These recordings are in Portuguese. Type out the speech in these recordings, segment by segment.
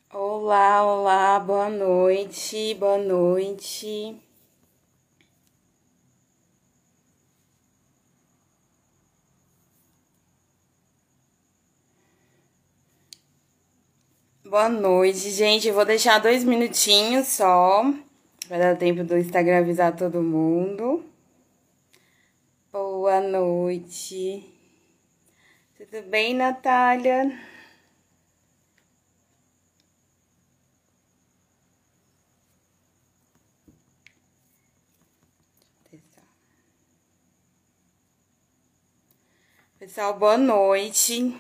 Olá, olá, boa noite, boa noite. Boa noite, gente. Eu vou deixar 2 minutinhos só, para dar tempo do Instagram avisar todo mundo. Boa noite. Tudo bem, Natália? Pessoal, boa noite.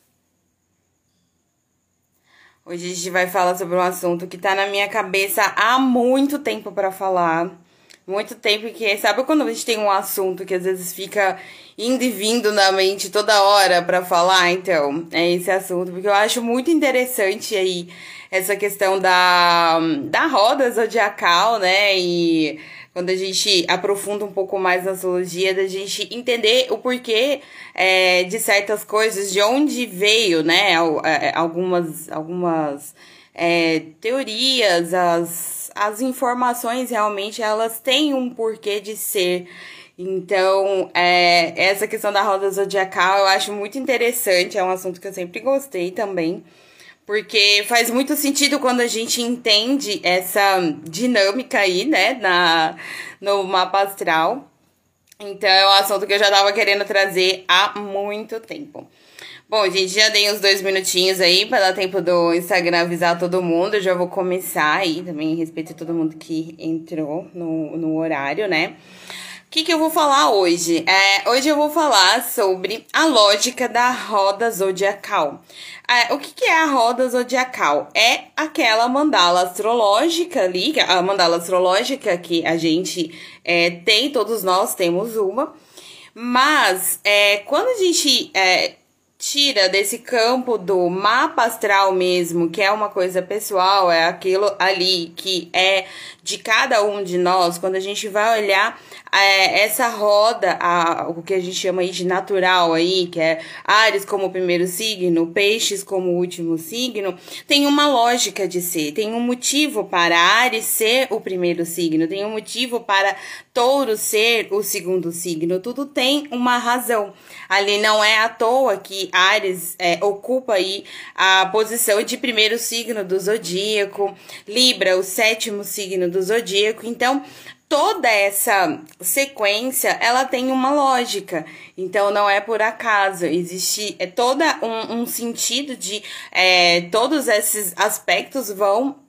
Hoje a gente vai falar sobre um assunto que tá na minha cabeça há muito tempo pra falar. Muito tempo que, sabe quando a gente tem um assunto que às vezes fica indo e vindo na mente toda hora pra falar? Então, é esse assunto, porque eu acho muito interessante aí essa questão da roda zodiacal, né? E quando a gente aprofunda um pouco mais na astrologia, da gente entender o porquê de certas coisas, de onde veio, né? Algumas teorias, as informações realmente elas têm um porquê de ser. Então, essa questão da roda zodiacal eu acho muito interessante, é um assunto que eu sempre gostei também. Porque faz muito sentido quando a gente entende essa dinâmica aí, né, no mapa astral. Então, é um assunto que eu já tava querendo trazer há muito tempo. Bom, gente, já dei uns 2 minutinhos aí para dar tempo do Instagram avisar todo mundo. Eu já vou começar aí também, respeito a todo mundo que entrou no horário, né? O que eu vou falar hoje? Hoje eu vou falar sobre a lógica da roda zodiacal. O que é a roda zodiacal? É aquela mandala astrológica ali, a mandala astrológica que a gente tem, todos nós temos uma. Mas quando a gente tira desse campo do mapa astral mesmo, que é uma coisa pessoal, é aquilo ali que é de cada um de nós, quando a gente vai olhar essa roda, o que a gente chama aí de natural aí, que é Áries como primeiro signo, Peixes como último signo, tem uma lógica de ser, tem um motivo para Áries ser o primeiro signo, tem um motivo para Touro ser o segundo signo, tudo tem uma razão. Ali não é à toa que Áries ocupa aí a posição de primeiro signo do zodíaco, Libra, o sétimo signo do zodíaco. Então, toda essa sequência, ela tem uma lógica. Então, não é por acaso. Existe todo um sentido de todos esses aspectos vão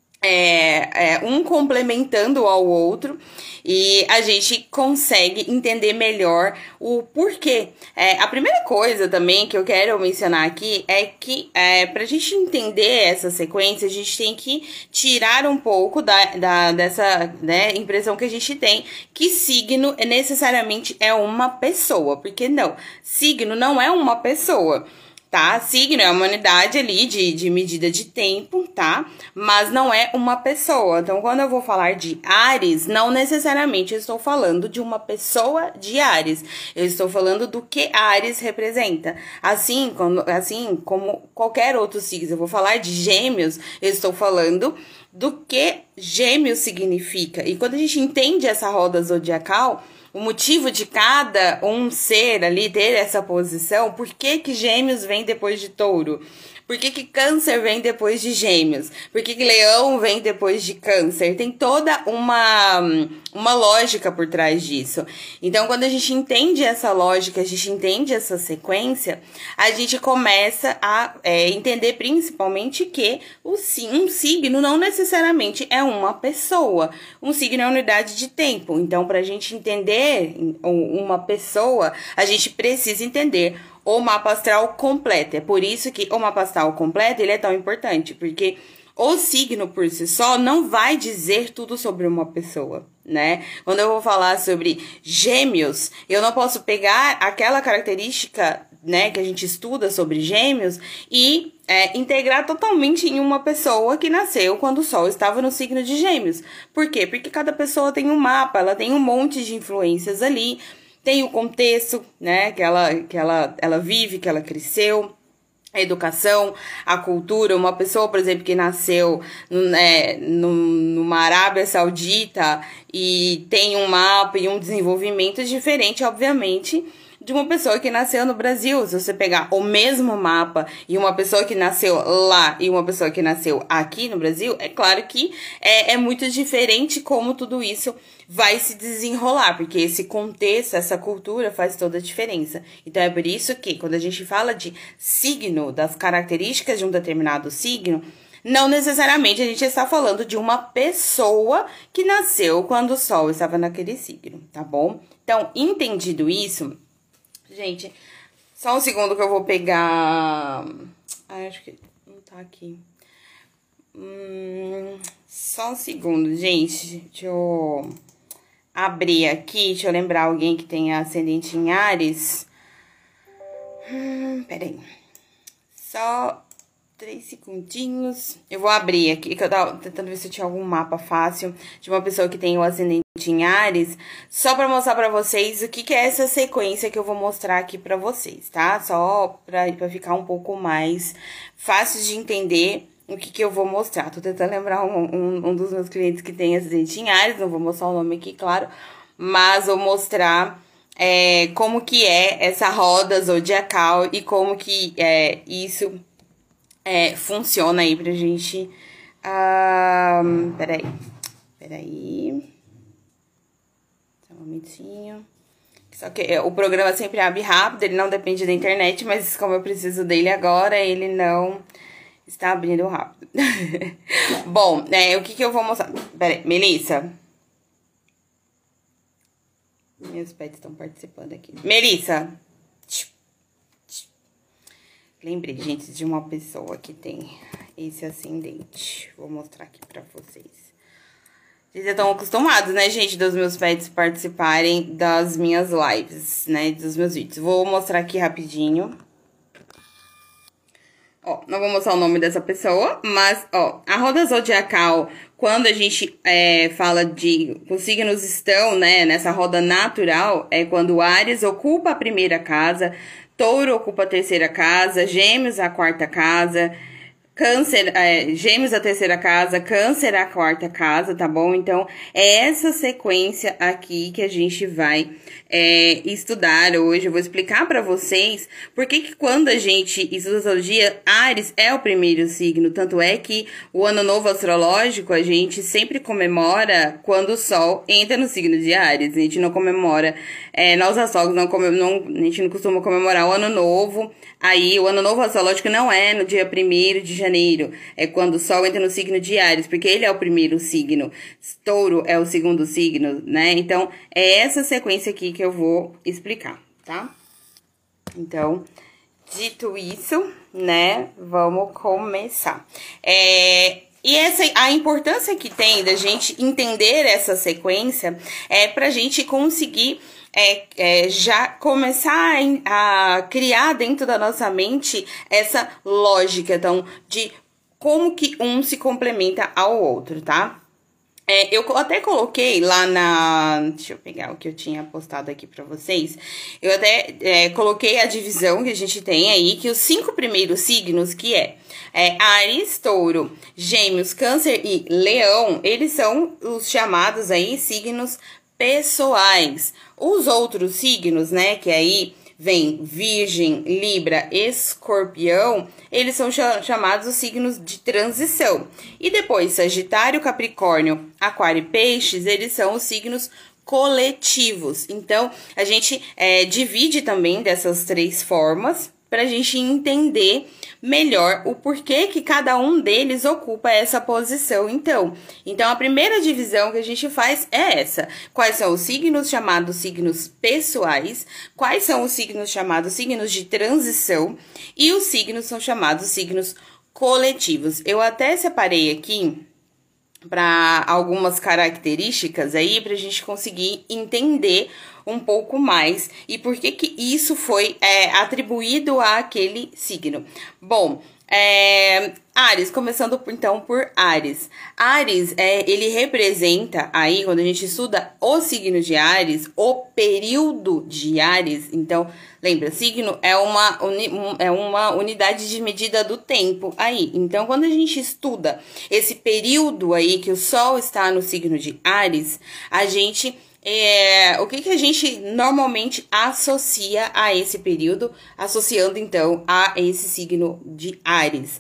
um complementando ao outro e a gente consegue entender melhor o porquê. A primeira coisa também que eu quero mencionar aqui é que pra gente entender essa sequência, a gente tem que tirar um pouco dessa impressão que a gente tem que signo necessariamente é uma pessoa, porque não, signo não é uma pessoa. Tá? Signo é uma unidade ali de medida de tempo, tá? Mas não é uma pessoa. Então, quando eu vou falar de Áries, não necessariamente eu estou falando de uma pessoa de Áries. Eu estou falando do que Áries representa. Assim como qualquer outro signo, eu vou falar de Gêmeos, eu estou falando do que Gêmeos significa. E quando a gente entende essa roda zodiacal, o motivo de cada um ser ali ter essa posição, por que Gêmeos vem depois de Touro? Por que Câncer vem depois de Gêmeos? Por que Leão vem depois de Câncer? Tem toda uma lógica por trás disso. Então, quando a gente entende essa lógica, a gente entende essa sequência, a gente começa a entender principalmente que um signo não necessariamente é uma pessoa. Um signo é uma unidade de tempo. Então, para a gente entender uma pessoa, a gente precisa entender o mapa astral completo. É por isso que o mapa astral completo ele é tão importante, porque o signo por si só não vai dizer tudo sobre uma pessoa, né? Quando eu vou falar sobre Gêmeos, eu não posso pegar aquela característica, né, que a gente estuda sobre Gêmeos e integrar totalmente em uma pessoa que nasceu quando o Sol estava no signo de Gêmeos. Por quê? Porque cada pessoa tem um mapa, ela tem um monte de influências ali. Tem o contexto, né, que ela vive, que ela cresceu. a educação, a cultura. Uma pessoa, por exemplo, que nasceu numa Arábia Saudita e tem um mapa e um desenvolvimento diferente, obviamente, de uma pessoa que nasceu no Brasil. Se você pegar o mesmo mapa e uma pessoa que nasceu lá e uma pessoa que nasceu aqui no Brasil, é claro que é muito diferente como tudo isso vai se desenrolar, porque esse contexto, essa cultura faz toda a diferença. Então é por isso que quando a gente fala de signo, das características de um determinado signo, não necessariamente a gente está falando de uma pessoa que nasceu quando o Sol estava naquele signo, tá bom? Então, entendido isso, gente, só um segundo que eu vou pegar... Ai, acho que não tá aqui. Só um segundo, gente. Deixa eu abrir aqui. Deixa eu lembrar alguém que tem ascendente em Áries. Peraí. Só 3 segundinhos. Eu vou abrir aqui, que eu tava tentando ver se eu tinha algum mapa fácil de uma pessoa que tem o ascendente em Áries, só pra mostrar pra vocês o que é essa sequência que eu vou mostrar aqui pra vocês, tá? Só pra ficar um pouco mais fácil de entender o que eu vou mostrar. Tô tentando lembrar um dos meus clientes que tem ascendente em Áries, não vou mostrar o nome aqui, claro, mas vou mostrar como que é essa roda zodiacal e como que isso funciona aí pra gente. Peraí. Só um momentinho. Só que o programa sempre abre rápido, ele não depende da internet, mas como eu preciso dele agora, ele não está abrindo rápido. Bom, o que eu vou mostrar? Peraí, Melissa. Meus pets estão participando aqui. Melissa. Lembrei, gente, de uma pessoa que tem esse ascendente. Vou mostrar aqui pra vocês. Vocês já estão acostumados, né, gente, dos meus pets participarem das minhas lives, né, dos meus vídeos. Vou mostrar aqui rapidinho. Ó, não vou mostrar o nome dessa pessoa, mas, ó, a roda zodiacal, quando a gente fala de... Os signos estão, né, nessa roda natural, é quando Áries ocupa a primeira casa, Touro ocupa a terceira casa, Gêmeos a quarta casa, Câncer, Gêmeos a terceira casa, Câncer a quarta casa, tá bom? Então, é essa sequência aqui que a gente vai estudar hoje. Eu vou explicar pra vocês por que quando a gente estuda astrologia, Áries é o primeiro signo. Tanto é que o ano novo astrológico a gente sempre comemora quando o Sol entra no signo de Áries. A gente não comemora, nós astrólogos a gente não costuma comemorar o ano novo. Aí, o ano novo astrológico não é no dia 1º de janeiro, é quando o Sol entra no signo de Áries, porque ele é o primeiro signo, Touro é o segundo signo, né? Então, é essa sequência aqui que eu vou explicar, tá? Então, dito isso, né, vamos começar. E a importância que tem da gente entender essa sequência é pra gente conseguir já começar a criar dentro da nossa mente essa lógica, então, de como que um se complementa ao outro, tá? Eu até coloquei lá deixa eu pegar o que eu tinha postado aqui pra vocês. Eu até coloquei a divisão que a gente tem aí, que os 5 primeiros signos, que Áries, Touro, Gêmeos, Câncer e Leão, eles são os chamados aí signos pessoais. Os outros signos, né, que aí vem Virgem, Libra, Escorpião, eles são chamados os signos de transição. E depois Sagitário, Capricórnio, Aquário e Peixes, eles são os signos coletivos. Então, a gente divide também dessas 3 formas pra gente entender melhor o porquê que cada um deles ocupa essa posição, então. Então, a primeira divisão que a gente faz é essa. Quais são os signos chamados signos pessoais, quais são os signos chamados signos de transição e os signos são chamados signos coletivos. Eu até separei aqui para algumas características aí pra gente conseguir entender um pouco mais e por que isso foi atribuído àquele signo. Bom, Áries, começando então por Áries. Áries, ele representa aí, quando a gente estuda o signo de Áries, o período de Áries. Então, lembra, signo é uma unidade de medida do tempo aí. Então, quando a gente estuda esse período aí que o Sol está no signo de Áries, a gente... o que a gente normalmente associa a esse período, associando então a esse signo de Áries?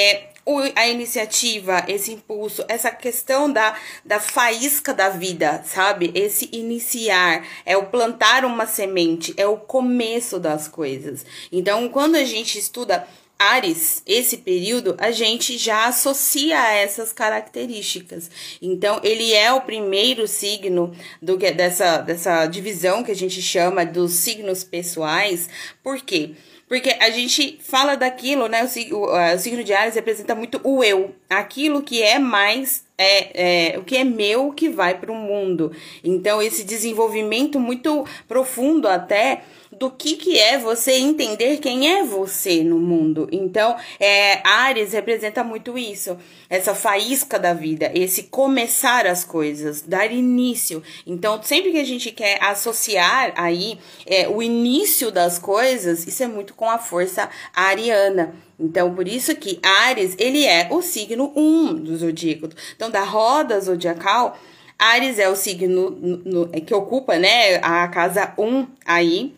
A iniciativa, esse impulso, essa questão da faísca da vida, sabe? Esse iniciar, é o plantar uma semente, é o começo das coisas. Então, quando a gente estuda Áries, esse período, a gente já associa a essas características. Então, ele é o primeiro signo dessa divisão que a gente chama dos signos pessoais. Por quê? Porque a gente fala daquilo, né? O signo de Áries representa muito o eu, aquilo que é mais, o que é meu que vai para o mundo. Então, esse desenvolvimento muito profundo até do que é você entender quem é você no mundo. Então, Áries representa muito isso, essa faísca da vida, esse começar as coisas, dar início. Então, sempre que a gente quer associar aí o início das coisas, isso é muito com a força ariana. Então, por isso que Áries, ele é o signo 1 do zodíaco. Então, da roda zodiacal, Áries é o signo que ocupa, né, a casa 1 aí,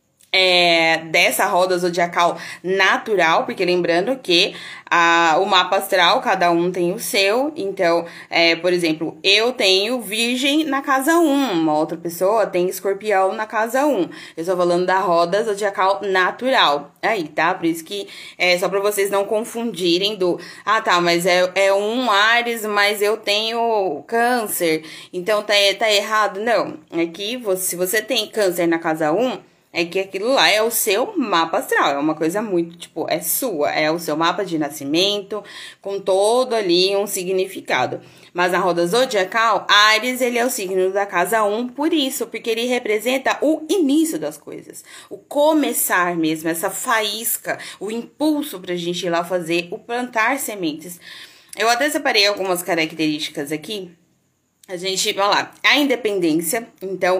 dessa roda zodiacal natural, porque lembrando que o mapa astral, cada um tem o seu. Então, por exemplo, eu tenho Virgem na casa 1, uma outra pessoa tem Escorpião na casa 1. Eu estou falando da roda zodiacal natural. Aí, tá? Por isso que só para vocês não confundirem tá, mas é um Áries, mas eu tenho Câncer, então tá errado. Não, é que se você tem Câncer na casa 1, é que aquilo lá é o seu mapa astral, é uma coisa muito, tipo, é sua, é o seu mapa de nascimento, com todo ali um significado. Mas na roda zodiacal, Áries, ele é o signo da casa 1, por isso, porque ele representa o início das coisas, o começar mesmo, essa faísca, o impulso pra gente ir lá fazer, o plantar sementes. Eu até separei algumas características aqui. A gente, vai lá, a independência. Então,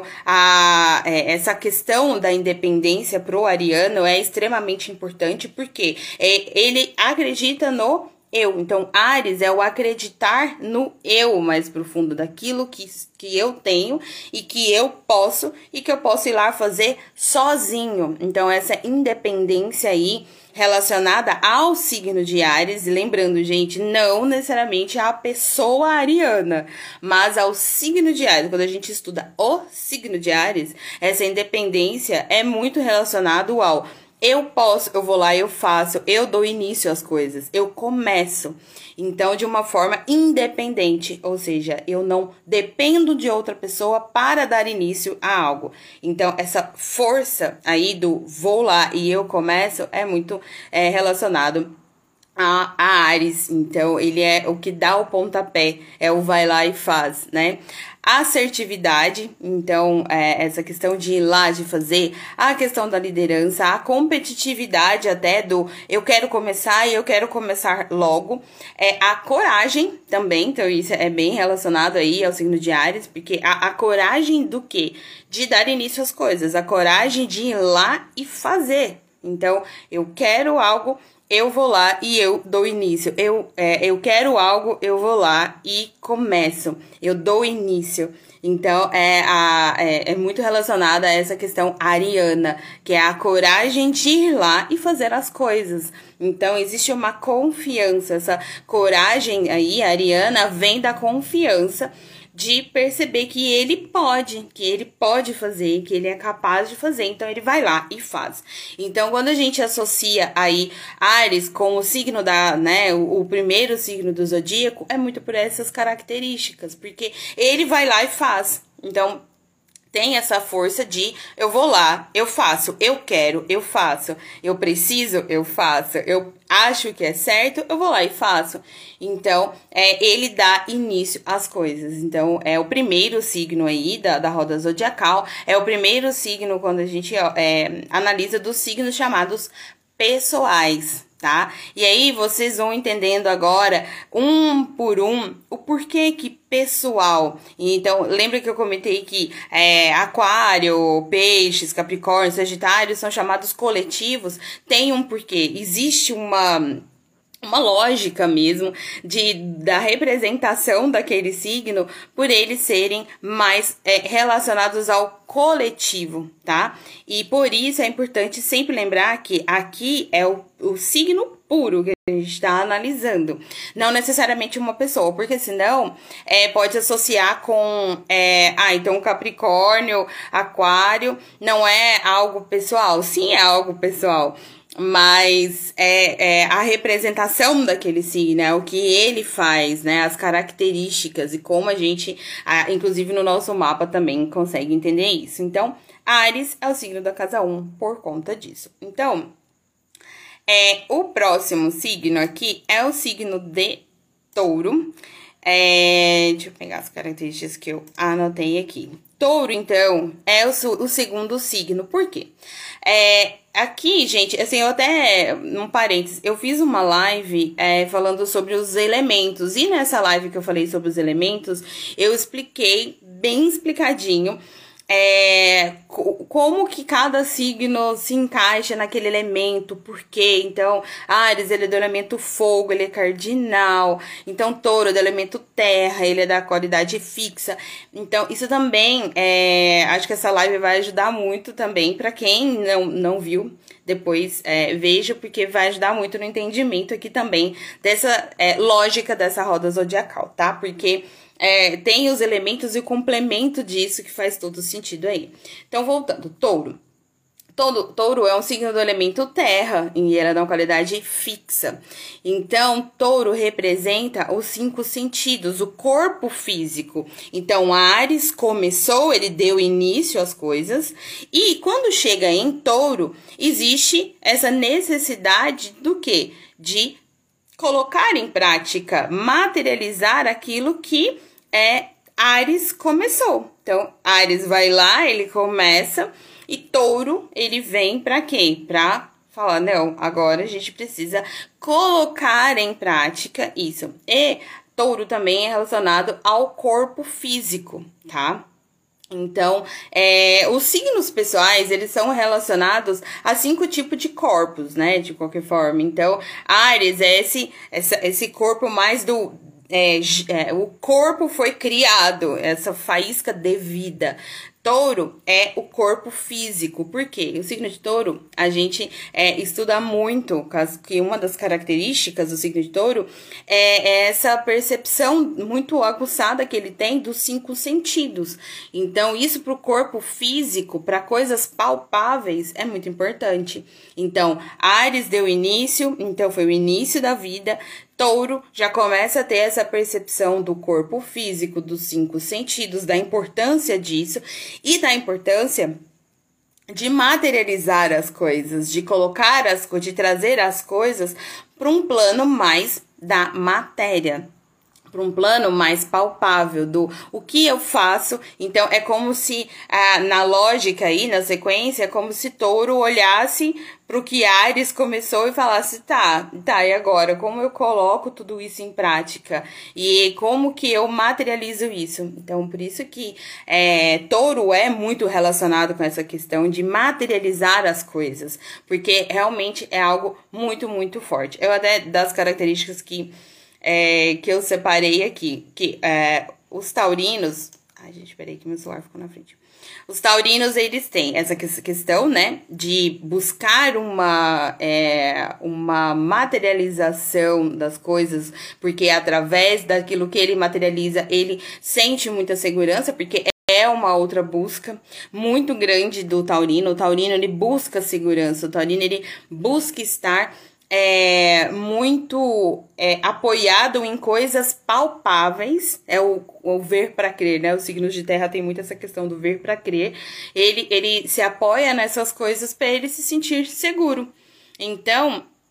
essa questão da independência pro ariano é extremamente importante, porque ele acredita no eu. Então, Áries é o acreditar no eu mais profundo, daquilo que eu tenho e que eu posso ir lá fazer sozinho. Então, essa independência aí relacionada ao signo de Áries, lembrando, gente, não necessariamente a pessoa ariana, mas ao signo de Áries. Quando a gente estuda o signo de Áries, essa independência é muito relacionado ao eu posso, eu vou lá, eu faço, eu dou início às coisas, eu começo. Então, de uma forma independente, ou seja, eu não dependo de outra pessoa para dar início a algo. Então, essa força aí do vou lá e eu começo é muito relacionado a Áries. Então, ele é o que dá o pontapé, é o vai lá e faz, né? Assertividade, então, essa questão de ir lá, de fazer, a questão da liderança, a competitividade até do eu quero começar e eu quero começar logo, a coragem também, então isso é bem relacionado aí ao signo de Áries, porque a coragem do quê? De dar início às coisas, a coragem de ir lá e fazer. Então, eu quero algo, eu vou lá e eu dou início. Eu quero algo, eu vou lá e começo. Eu dou início. Então, é muito relacionada a essa questão ariana, que é a coragem de ir lá e fazer as coisas. Então, existe uma confiança. Essa coragem aí, ariana, vem da confiança de perceber que ele pode fazer, que ele é capaz de fazer, então ele vai lá e faz. Então, quando a gente associa aí Áries com o signo o primeiro signo do zodíaco, é muito por essas características, porque ele vai lá e faz. Então, tem essa força de eu vou lá, eu faço, eu quero, eu faço, eu preciso, eu faço, eu acho que é certo, eu vou lá e faço. Então, ele dá início às coisas. Então, é o primeiro signo aí da roda zodiacal, é o primeiro signo quando a gente analisa dos signos chamados pessoais, tá? E aí vocês vão entendendo agora, um por um, o porquê que pessoal. Então, lembra que eu comentei que Aquário, Peixes, Capricórnio, Sagitário são chamados coletivos? Tem um porquê. Existe uma lógica mesmo da representação daquele signo por eles serem mais relacionados ao coletivo, tá? E por isso é importante sempre lembrar que aqui é o signo puro que a gente está analisando, não necessariamente uma pessoa, porque senão pode associar com então Capricórnio, Aquário não é algo pessoal. Sim, é algo pessoal, mas a representação daquele signo, o que ele faz, né, as características e como a gente, inclusive no nosso mapa também consegue entender isso. Então, Áries é o signo da casa 1 por conta disso. Então, o próximo signo aqui é o signo de Touro. Deixa eu pegar as características que eu anotei aqui. Touro, então, é o segundo signo. Por quê? Aqui, gente, assim, eu até, um parênteses, eu fiz uma live falando sobre os elementos. E nessa live que eu falei sobre os elementos, eu expliquei bem explicadinho como que cada signo se encaixa naquele elemento, por quê? Então, Áries, ele é do elemento fogo, ele é cardinal. Então, Touro é do elemento terra, ele é da qualidade fixa. Então, isso também, acho que essa live vai ajudar muito também, para quem não viu, depois veja, porque vai ajudar muito no entendimento aqui também dessa lógica dessa roda zodiacal, tá? Porque tem os elementos e o complemento disso que faz todo sentido aí. Então, voltando, Touro. Touro é um signo do elemento terra e ele é de uma qualidade fixa. Então, Touro representa os 5 sentidos, o corpo físico. Então, Áries começou, ele deu início às coisas. E quando chega em Touro, existe essa necessidade do quê? De colocar em prática, materializar aquilo que Áries começou. Então, Áries vai lá, ele começa, e Touro, ele vem para quê? Para falar, não, agora a gente precisa colocar em prática isso. E Touro também é relacionado ao corpo físico, tá? Então, os signos pessoais, eles são relacionados a 5 tipos de corpos, né? De qualquer forma. Então, Áries é esse corpo mais do... o corpo foi criado, essa faísca de vida. Touro é o corpo físico. Por quê? O signo de Touro, a gente estuda muito, que uma das características do signo de Touro é essa percepção muito aguçada que ele tem dos 5 sentidos. Então, isso para o corpo físico, para coisas palpáveis, é muito importante. Então, Áries deu início, então foi o início da vida. Touro já começa a ter essa percepção do corpo físico, dos 5 sentidos, da importância disso e da importância de materializar as coisas, de colocar de trazer as coisas para um plano mais da matéria, para um plano mais palpável do o que eu faço. Então, é como se, na lógica aí, na sequência, é como se Touro olhasse para o que Áries começou e falasse, tá, e agora, como eu coloco tudo isso em prática? E como que eu materializo isso? Então, por isso que Touro é muito relacionado com essa questão de materializar as coisas, porque realmente é algo muito, muito forte. Eu até, das características que eu separei aqui, que os taurinos... Ai, gente, peraí que meu celular ficou na frente. Os taurinos, eles têm essa questão, né, de buscar uma materialização das coisas, porque através daquilo que ele materializa, ele sente muita segurança, porque é uma outra busca muito grande do taurino. O taurino, ele busca segurança, o taurino, ele busca estar muito apoiado em coisas palpáveis, o ver para crer, né? Os signos de terra tem muito essa questão do ver para crer. Ele se apoia nessas coisas para ele se sentir seguro. Então,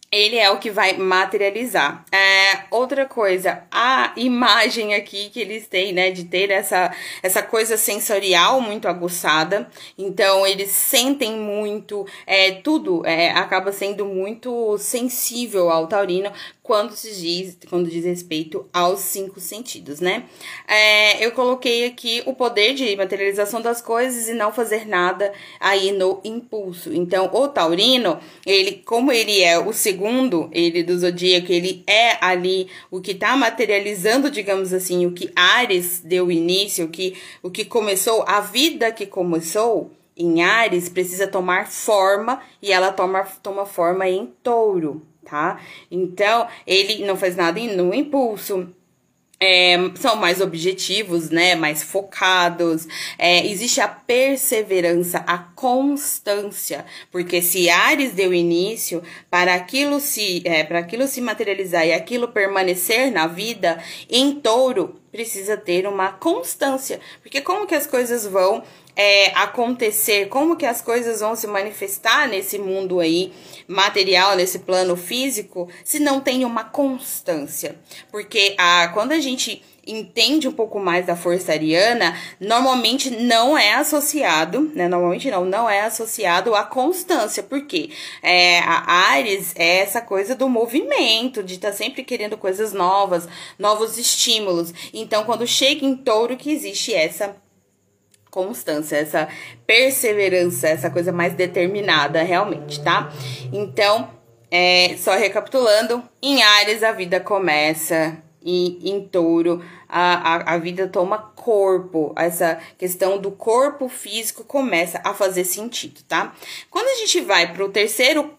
ele é o que vai materializar. Outra coisa, a imagem aqui que eles têm, né, de ter essa coisa sensorial muito aguçada. Então, eles sentem muito, tudo acaba sendo muito sensível ao taurino quando diz respeito aos 5 sentidos, né? Eu coloquei aqui o poder de materialização das coisas e não fazer nada aí no impulso. Então, o taurino, ele, como ele é o segundo, ele do zodíaco, ele é ali o que tá materializando, digamos assim, o que Áries deu início, o que começou, a vida que começou em Áries precisa tomar forma e ela toma forma em Touro, tá? Então, ele não faz nada no impulso. São mais objetivos, né? Mais focados. Existe a perseverança, a constância. Porque se Áries deu início, para aquilo se materializar e aquilo permanecer na vida, em Touro precisa ter uma constância. Porque como que as coisas vão acontecer, como que as coisas vão se manifestar nesse mundo aí material, nesse plano físico, se não tem uma constância. Porque quando a gente entende um pouco mais da força ariana, normalmente não é associado, né? Normalmente não é associado à constância, porque a Áries é essa coisa do movimento, de estar sempre querendo coisas novas, novos estímulos. Então, quando chega em Touro, que existe essa constância, essa perseverança, essa coisa mais determinada realmente, tá? Então, só recapitulando, em Áries a vida começa e em Touro a vida toma corpo, essa questão do corpo físico começa a fazer sentido, tá? Quando a gente vai para o terceiro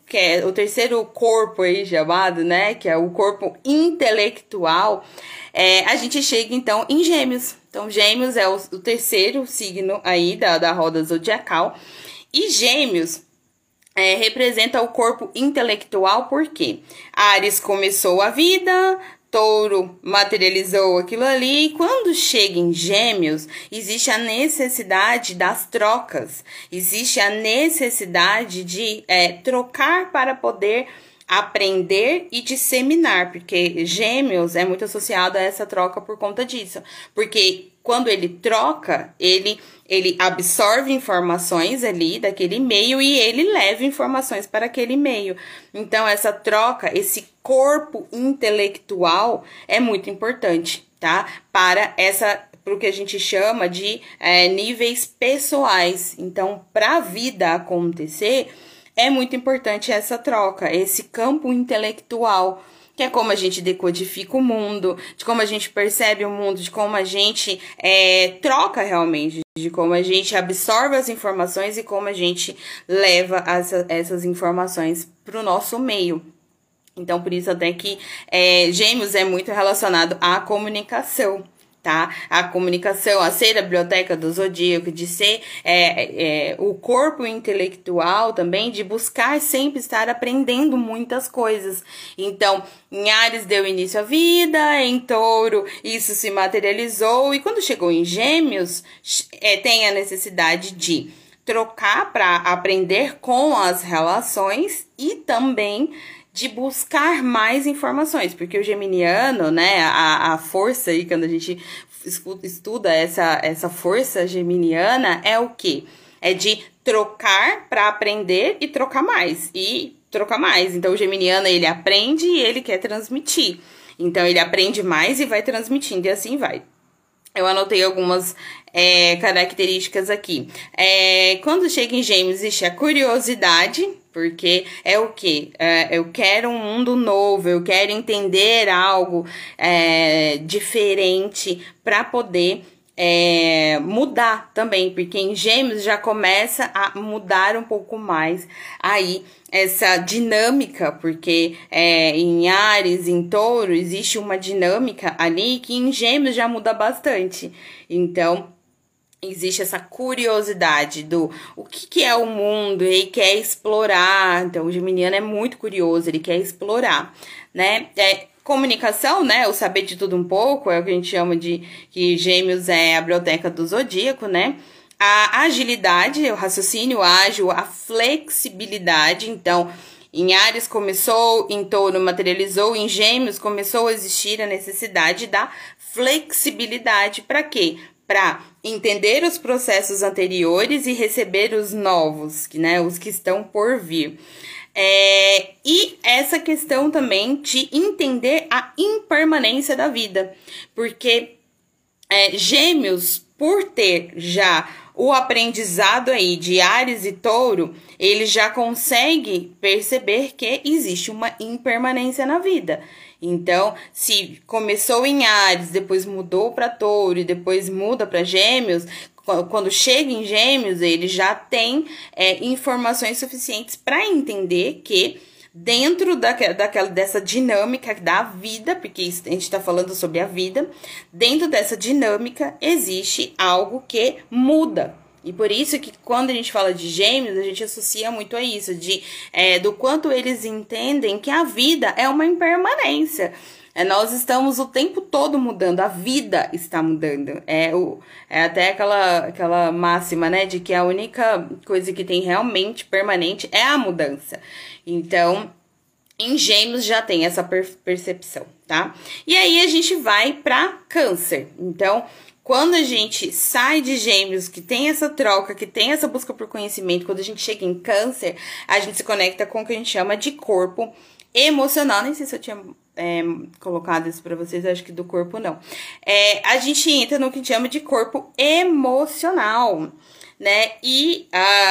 corpo aí chamado, né, que é o corpo intelectual, a gente chega então em Gêmeos. Então, Gêmeos é o terceiro signo aí da roda zodiacal. E Gêmeos representa o corpo intelectual, porque Áries começou a vida, Touro materializou aquilo ali, e quando chega em Gêmeos, existe a necessidade das trocas, existe a necessidade de trocar para poder aprender e disseminar, porque Gêmeos é muito associado a essa troca por conta disso, porque quando ele troca, ele absorve informações ali daquele meio e ele leva informações para aquele meio. Então, essa troca, esse corpo intelectual é muito importante, tá? Para o que a gente chama de níveis pessoais. Então, para a vida acontecer, é muito importante essa troca, esse campo intelectual, que é como a gente decodifica o mundo, de como a gente percebe o mundo, de como a gente troca realmente, de como a gente absorve as informações e como a gente leva essas informações para o nosso meio. Então, por isso até que Gêmeos é muito relacionado à comunicação, tá? A comunicação, a ser a biblioteca do zodíaco, de ser o corpo intelectual também, de buscar sempre estar aprendendo muitas coisas. Então, em Áries deu início à vida, em Touro isso se materializou, e quando chegou em Gêmeos, tem a necessidade de trocar para aprender com as relações e também de buscar mais informações, porque o geminiano, né, a força aí, quando a gente estuda essa força geminiana, é o quê? É de trocar para aprender e trocar mais, Então, o geminiano, ele aprende e ele quer transmitir. Então, ele aprende mais e vai transmitindo, e assim vai. Eu anotei algumas características aqui. Quando chega em Gêmeos, existe a curiosidade, porque é o quê? Eu quero um mundo novo, eu quero entender algo diferente para poder mudar também, porque em Gêmeos já começa a mudar um pouco mais aí essa dinâmica, porque em Áries, em Touro, existe uma dinâmica ali que em Gêmeos já muda bastante. Então, existe essa curiosidade do o que é o mundo, ele quer explorar. Então, o geminiano é muito curioso, ele quer explorar, né? Comunicação, né? O saber de tudo um pouco, é o que a gente chama de que Gêmeos é a biblioteca do zodíaco, né? A agilidade, o raciocínio ágil, a flexibilidade. Então, Em Áries começou, em Touro materializou, em Gêmeos começou a existir a necessidade da flexibilidade. Para quê? Para entender os processos anteriores e receber os novos, né, os que estão por vir. E essa questão também de entender a impermanência da vida, porque Gêmeos, por ter já o aprendizado aí de Áries e Touro, ele já consegue perceber que existe uma impermanência na vida. Então, se começou em Áries, depois mudou para Touro e depois muda para Gêmeos, quando chega em Gêmeos, ele já tem informações suficientes para entender que dentro dessa dinâmica da vida, porque a gente está falando sobre a vida, dentro dessa dinâmica existe algo que muda. E por isso que quando a gente fala de Gêmeos, a gente associa muito a isso, do quanto eles entendem que a vida é uma impermanência. Nós estamos o tempo todo mudando, a vida está mudando. É até aquela máxima, né, de que a única coisa que tem realmente permanente é a mudança. Então, em Gêmeos já tem essa percepção, tá? E aí a gente vai para Câncer. Então, quando a gente sai de Gêmeos, que tem essa troca, que tem essa busca por conhecimento, quando a gente chega em Câncer, a gente se conecta com o que a gente chama de corpo emocional. Nem sei se eu tinha colocado isso pra vocês, acho que do corpo não. A gente entra no que a gente chama de corpo emocional, né? E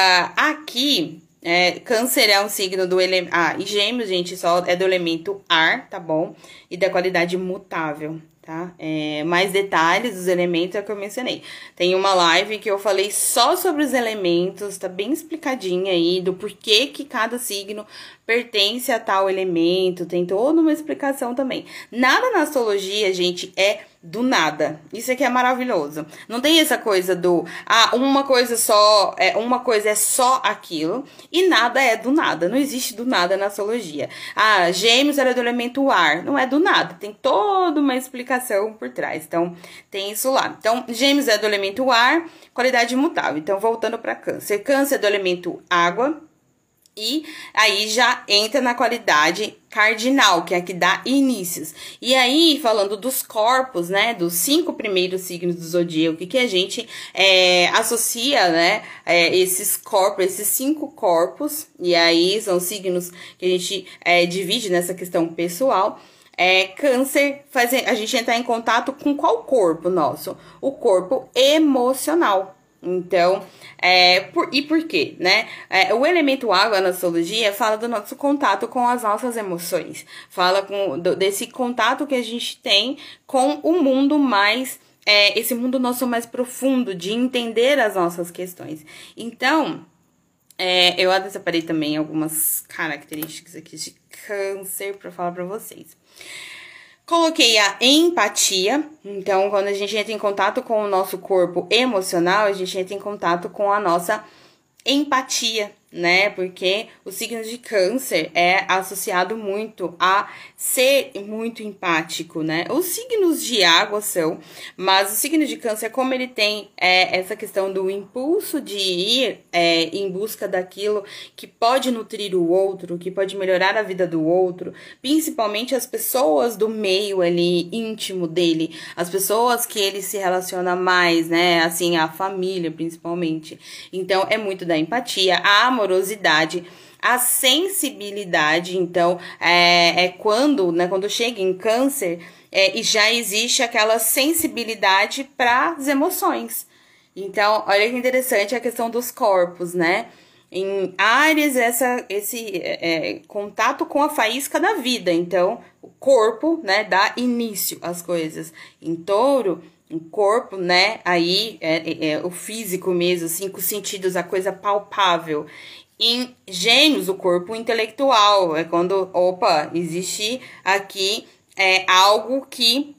aqui, Câncer é um signo do elemento... e Gêmeos, gente, só é do elemento ar, tá bom? E da qualidade mutável, tá? Mais detalhes dos elementos é o que eu mencionei. Tem uma live que eu falei só sobre os elementos, tá bem explicadinha aí, do porquê que cada signo pertence a tal elemento, tem toda uma explicação também. Nada na astrologia, gente, é do nada. Isso aqui é maravilhoso. Não tem essa coisa do, uma coisa é só aquilo, e nada é do nada. Não existe do nada na astrologia. Gêmeos era do elemento ar. Não é do nada, tem toda uma explicação por trás. Então, tem isso lá. Então, Gêmeos é do elemento ar, qualidade imutável. Então, voltando para Câncer. Câncer é do elemento água. E aí já entra na qualidade cardinal, que é a que dá inícios. E aí, falando dos corpos, né, dos 5 primeiros signos do zodíaco, que a gente associa, né, esses corpos, esses 5 corpos, e aí são signos que a gente divide nessa questão pessoal. Câncer, a gente entrar em contato com qual corpo nosso? O corpo emocional. Então, por quê, né? O elemento água na astrologia fala do nosso contato com as nossas emoções. Fala desse contato que a gente tem com o mundo mais... esse mundo nosso mais profundo, de entender as nossas questões. Então, eu até separei também algumas características aqui de Câncer para falar para vocês. Coloquei a empatia. Então, quando a gente entra em contato com o nosso corpo emocional, a gente entra em contato com a nossa empatia, né? Porque o signo de Câncer é associado muito a ser muito empático, né? Os signos de água são, mas o signo de Câncer, como ele tem essa questão do impulso de ir em busca daquilo que pode nutrir o outro, que pode melhorar a vida do outro, principalmente as pessoas do meio ali íntimo dele, as pessoas que ele se relaciona mais, né? Assim, a família, principalmente. Então, é muito da empatia, a amorosidade, a sensibilidade. Então, quando chega em Câncer, e já existe aquela sensibilidade para as emoções. Então, olha que interessante a questão dos corpos, né? Em Áries, esse contato com a faísca da vida. Então, o corpo, né, dá início às coisas. Em Touro, o corpo, né, aí o físico mesmo, 5 sentidos, a coisa palpável. Em Gêmeos, o corpo intelectual, é quando, existe aqui algo que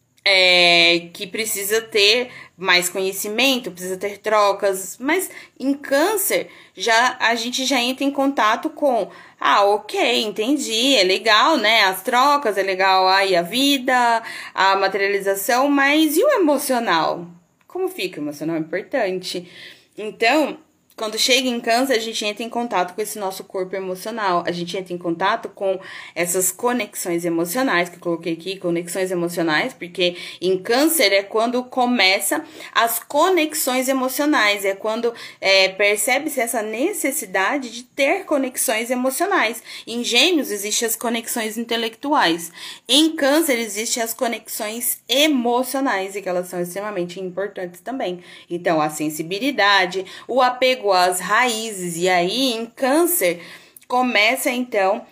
precisa ter mais conhecimento, precisa ter trocas, mas em Câncer a gente já entra em contato com, ok, entendi, é legal, né, as trocas, é legal aí a vida, a materialização, mas e o emocional? Como fica? O emocional é importante. Então, Quando chega em câncer, a gente entra em contato com esse nosso corpo emocional, a gente entra em contato com essas conexões emocionais, que eu coloquei aqui, conexões emocionais, porque em câncer é quando começa as conexões emocionais, é quando percebe-se essa necessidade de ter conexões emocionais. Em Gêmeos existem as conexões intelectuais, em câncer existem as conexões emocionais, e que elas são extremamente importantes também. Então, a sensibilidade, o apego às raízes, e aí em câncer começa então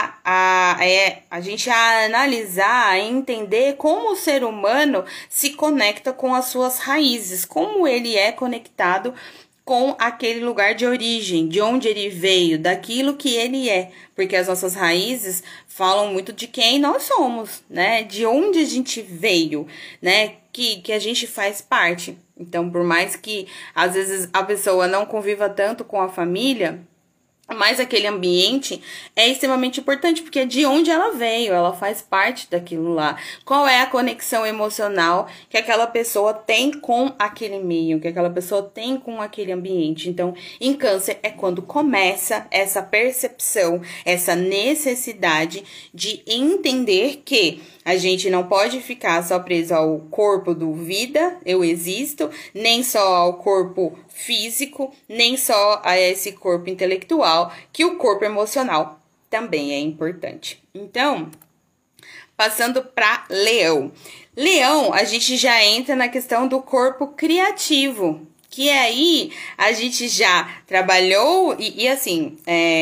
a gente a analisar, a entender como o ser humano se conecta com as suas raízes, como ele é conectado com aquele lugar de origem, de onde ele veio, daquilo que ele é, porque as nossas raízes falam muito de quem nós somos, né? De onde a gente veio, né? Que a gente faz parte. Então, por mais que às vezes a pessoa não conviva tanto com a família, mas aquele ambiente é extremamente importante, porque é de onde ela veio, ela faz parte daquilo lá. Qual é a conexão emocional que aquela pessoa tem com aquele meio, que aquela pessoa tem com aquele ambiente. Então, em câncer é quando começa essa percepção, essa necessidade de entender que a gente não pode ficar só preso ao corpo do vida, eu existo, nem só ao corpo físico, nem só a esse corpo intelectual, que o corpo emocional também é importante. Então, passando para Leão. Leão, a gente já entra na questão do corpo criativo, que aí a gente já trabalhou e assim,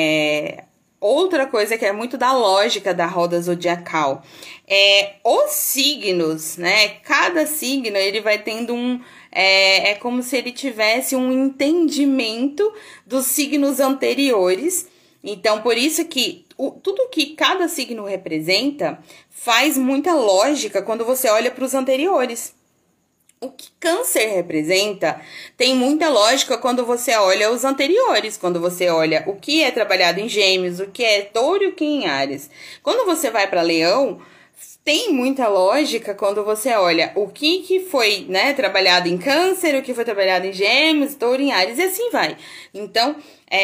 outra coisa que é muito da lógica da roda zodiacal os signos, né? Cada signo ele vai tendo é como se ele tivesse um entendimento dos signos anteriores. Então, por isso que tudo que cada signo representa faz muita lógica quando você olha para os anteriores. O que câncer representa tem muita lógica quando você olha os anteriores, quando você olha o que é trabalhado em Gêmeos, o que é touro e o que é em Áries. Quando você vai para Leão, tem muita lógica quando você olha o que foi, né, trabalhado em Câncer, o que foi trabalhado em Gêmeos, touro em Áries, e assim vai. Então,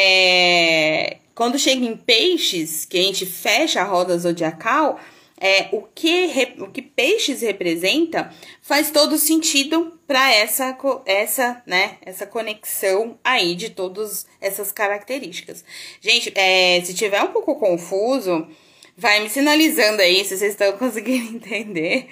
quando chega em Peixes, que a gente fecha a roda zodiacal, o que Peixes representa faz todo sentido para essa conexão aí de todas essas características. Gente, se tiver um pouco confuso, vai me sinalizando aí se vocês estão conseguindo entender,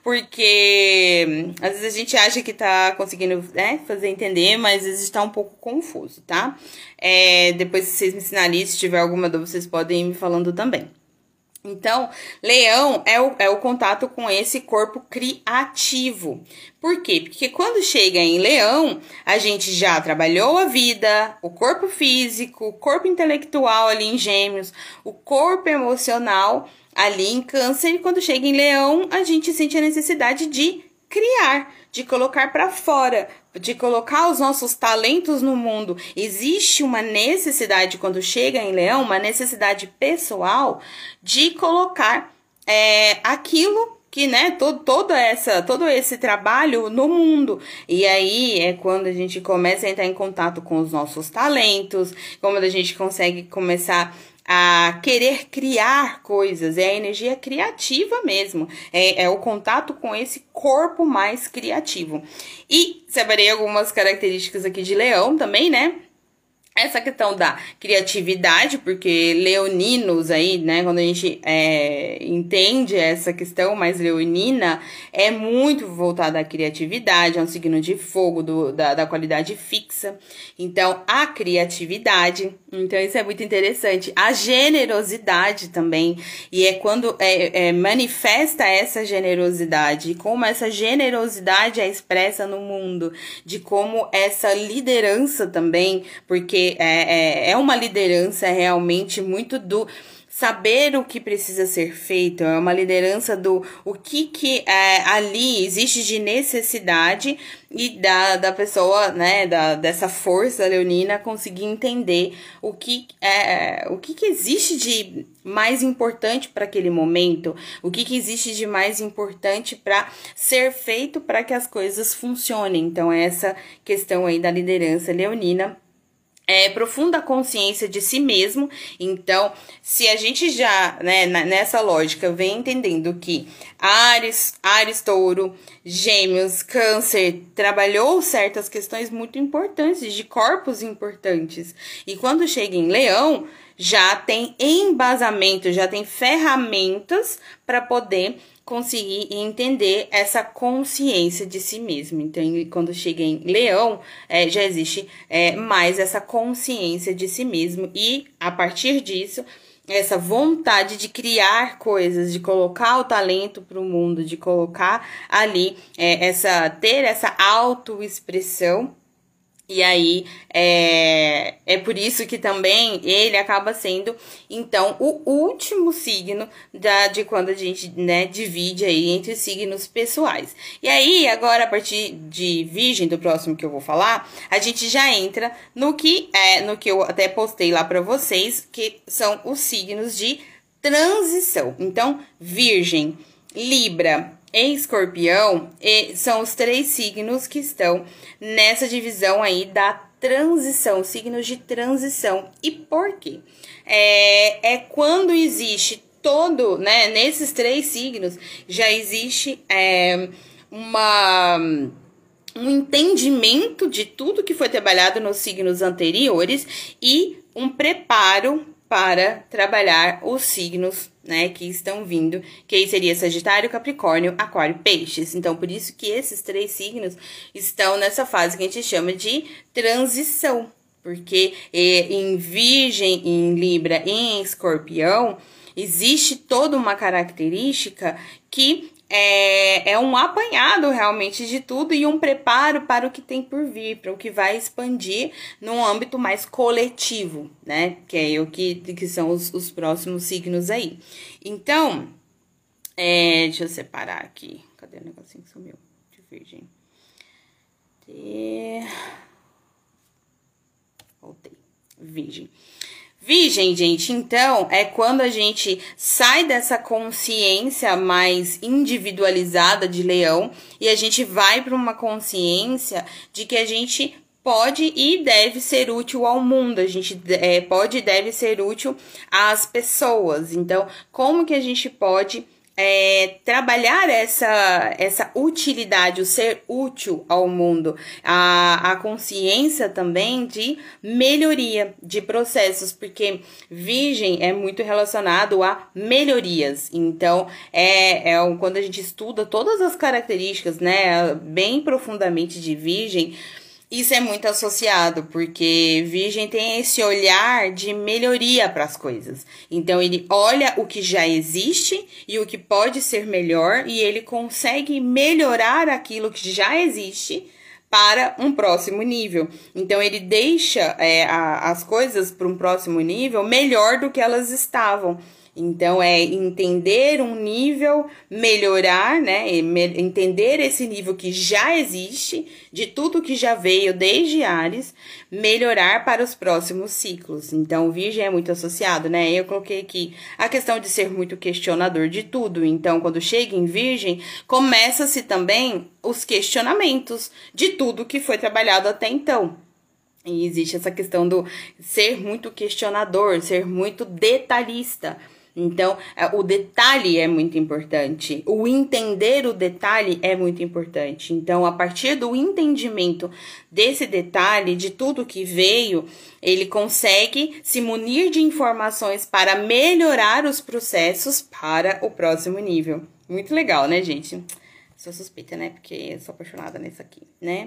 porque às vezes a gente acha que tá conseguindo fazer entender, mas às vezes tá um pouco confuso, tá? Depois, se vocês me sinalizem, se tiver alguma dúvida, vocês podem ir me falando também. Então, Leão é o contato com esse corpo criativo. Por quê? Porque quando chega em Leão, a gente já trabalhou a vida, o corpo físico, o corpo intelectual ali em Gêmeos, o corpo emocional ali em Câncer. E quando chega em Leão, a gente sente a necessidade de criar, de colocar para fora, de colocar os nossos talentos no mundo. Existe uma necessidade, quando chega em Leão, uma necessidade pessoal de colocar aquilo que, né, todo esse trabalho no mundo. E aí é quando a gente começa a entrar em contato com os nossos talentos, quando a gente consegue começar a querer criar coisas, é a energia criativa mesmo, é o contato com esse corpo mais criativo. E separei algumas características aqui de Leão também, né? Essa questão da criatividade, porque leoninos aí, né, quando a gente entende essa questão mais leonina, é muito voltada à criatividade, é um signo de fogo da qualidade fixa. Então, a criatividade, então isso é muito interessante. A generosidade também, e é quando manifesta essa generosidade, e como essa generosidade é expressa no mundo, de como essa liderança também, porque é uma liderança realmente muito do saber o que precisa ser feito, é uma liderança do o que ali existe de necessidade e da pessoa, né, dessa força leonina conseguir entender o que existe de mais importante para aquele momento, o que existe de mais importante para ser feito para que as coisas funcionem. Então, essa questão aí da liderança leonina profunda consciência de si mesmo. Então, se a gente já, né, nessa lógica, vem entendendo que Áries, Touro, Gêmeos, Câncer, trabalhou certas questões muito importantes, de corpos importantes. E quando chega em Leão, já tem embasamento, já tem ferramentas para poder conseguir entender essa consciência de si mesmo. Então, quando chega em Leão, já existe mais essa consciência de si mesmo e, a partir disso, essa vontade de criar coisas, de colocar o talento para o mundo, de colocar ali, ter essa autoexpressão. E aí, é por isso que também ele acaba sendo, então, o último signo de quando a gente, né, divide aí entre os signos pessoais. E aí, agora, a partir de Virgem, do próximo que eu vou falar, a gente já entra no que eu até postei lá para vocês, que são os signos de transição. Então, Virgem, Libra e Escorpião são os 3 signos que estão nessa divisão aí da transição, signos de transição. E por quê? Quando existe todo, né, nesses 3 signos, já existe um entendimento de tudo que foi trabalhado nos signos anteriores e um preparo para trabalhar os signos, né, que estão vindo, que aí seria Sagitário, Capricórnio, Aquário, Peixes. Então, por isso que esses 3 signos estão nessa fase que a gente chama de transição, porque em Virgem, em Libra e em Escorpião, existe toda uma característica que é um apanhado realmente de tudo e um preparo para o que tem por vir, para o que vai expandir num âmbito mais coletivo, né? Que é o que são os próximos signos aí. Então, deixa eu separar aqui. Cadê o negocinho que sumiu? De Virgem. Voltei. Virgem. Virgem, gente, então, é quando a gente sai dessa consciência mais individualizada de Leão e a gente vai para uma consciência de que a gente pode e deve ser útil ao mundo, a gente pode e deve ser útil às pessoas. Então, como que a gente pode trabalhar essa utilidade, o ser útil ao mundo, a consciência também de melhoria de processos, porque Virgem é muito relacionado a melhorias. Então, quando a gente estuda todas as características, né, bem profundamente de Virgem, isso é muito associado, porque Virgem tem esse olhar de melhoria para as coisas. Então, ele olha o que já existe e o que pode ser melhor, e ele consegue melhorar aquilo que já existe para um próximo nível. Então, ele deixa as coisas para um próximo nível melhor do que elas estavam. Então, entender um nível, melhorar, né? Entender esse nível que já existe, de tudo que já veio desde Áries, melhorar para os próximos ciclos. Então, Virgem é muito associado, né? Eu coloquei aqui a questão de ser muito questionador de tudo. Então, quando chega em Virgem, começa-se também os questionamentos de tudo que foi trabalhado até então. E existe essa questão do ser muito questionador, ser muito detalhista. Então, o detalhe é muito importante, o entender o detalhe é muito importante. Então, a partir do entendimento desse detalhe, de tudo que veio, ele consegue se munir de informações para melhorar os processos para o próximo nível. Muito legal, né, gente? Sou suspeita, né? Porque eu sou apaixonada nessa aqui, né?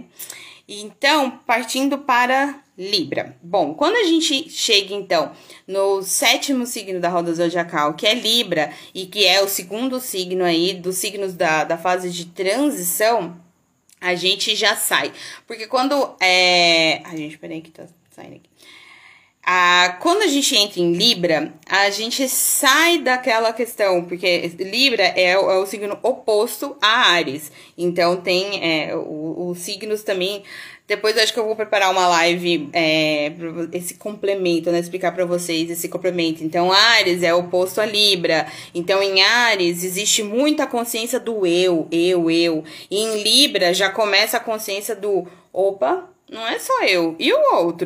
Então, partindo para Libra. Bom, quando a gente chega, então, no 7º signo da roda zodiacal, que é Libra, e que é o segundo signo aí dos signos da fase de transição, a gente já sai. Porque quando Ai, gente, peraí que tá saindo aqui. Quando a gente entra em Libra, a gente sai daquela questão, porque Libra é o signo oposto a Áries. Então, tem os signos também. Depois, eu acho que eu vou preparar uma live, esse complemento, né? Explicar pra vocês esse complemento. Então, Áries é oposto a Libra. Então, em Áries, existe muita consciência do eu. E em Libra, já começa a consciência do, opa, não é só eu. E o outro?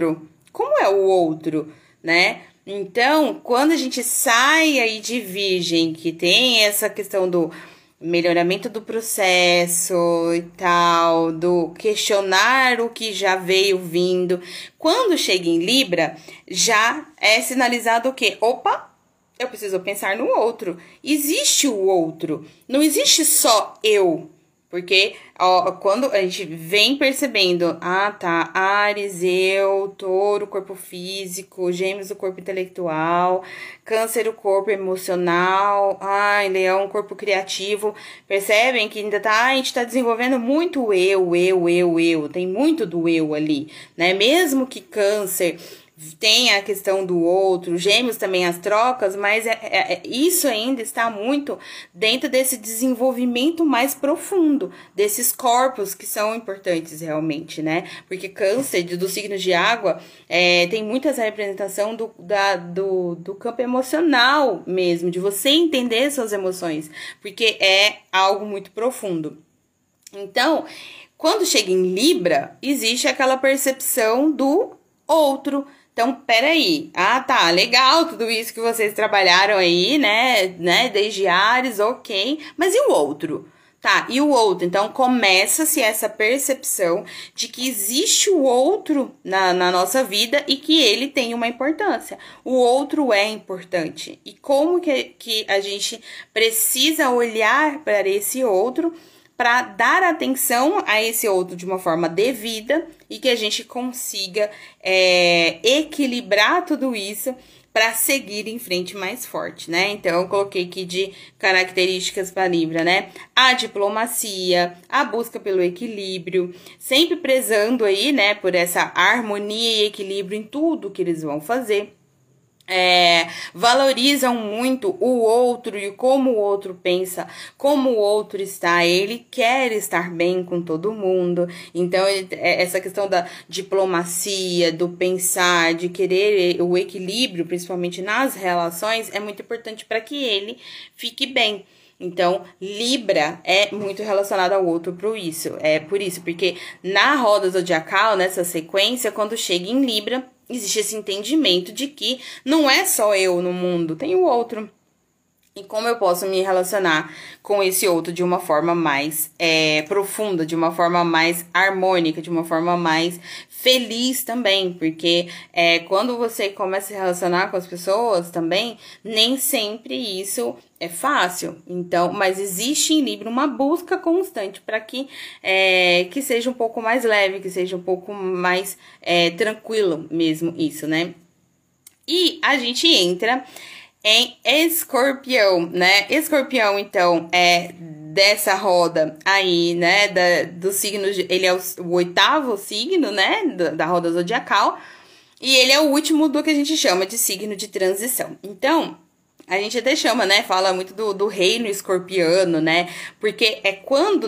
como é o outro, né? Então, quando a gente sai aí de Virgem, que tem essa questão do melhoramento do processo e tal, do questionar o que já veio vindo, quando chega em Libra, já é sinalizado o quê? Opa, eu preciso pensar no outro. Existe o outro, não existe só eu. Porque ó, quando a gente vem percebendo, tá, Áries, eu, Touro, corpo físico, Gêmeos, o corpo intelectual, Câncer, o corpo emocional, Leão, corpo criativo, percebem que ainda a gente tá desenvolvendo muito o eu, tem muito do eu ali, né? Mesmo que Câncer tem a questão do outro, Gêmeos também as trocas, mas isso ainda está muito dentro desse desenvolvimento mais profundo, desses corpos que são importantes realmente, né? Porque Câncer, dos signos de água, tem muita essa representação do campo emocional mesmo, de você entender suas emoções, porque é algo muito profundo. Então, quando chega em Libra, existe aquela percepção do outro. Então, peraí. Tá, legal tudo isso que vocês trabalharam aí, né? Desde Áries, ok. Mas e o outro? Tá, e o outro? Então, começa-se essa percepção de que existe o outro na nossa vida e que ele tem uma importância. O outro é importante. E como que a gente precisa olhar para esse outro para dar atenção a esse outro de uma forma devida e que a gente consiga equilibrar tudo isso para seguir em frente mais forte, né? Então, eu coloquei aqui de características para Libra, né? A diplomacia, a busca pelo equilíbrio, sempre prezando aí, né, por essa harmonia e equilíbrio em tudo que eles vão fazer. Valorizam muito o outro e como o outro pensa, como o outro está, ele quer estar bem com todo mundo. Então, essa questão da diplomacia, do pensar, de querer o equilíbrio, principalmente nas relações, é muito importante para que ele fique bem. Então, Libra é muito relacionado ao outro por isso. Porque na roda zodiacal, nessa sequência, quando chega em Libra, existe esse entendimento de que não é só eu no mundo, tem o outro. E como eu posso me relacionar com esse outro de uma forma mais profunda, de uma forma mais harmônica, de uma forma mais feliz também, porque quando você começa a se relacionar com as pessoas também, nem sempre isso é fácil. Então, mas existe em Libra uma busca constante para que seja um pouco mais leve, que seja um pouco mais tranquilo mesmo isso, né? E a gente entra em Escorpião, né? Escorpião, então, dessa roda aí, né? Do signo, ele é o 8º signo, né? Da roda zodiacal. E ele é o último do que a gente chama de signo de transição. Então, a gente até chama, né? Fala muito do reino escorpiano, né? Porque é quando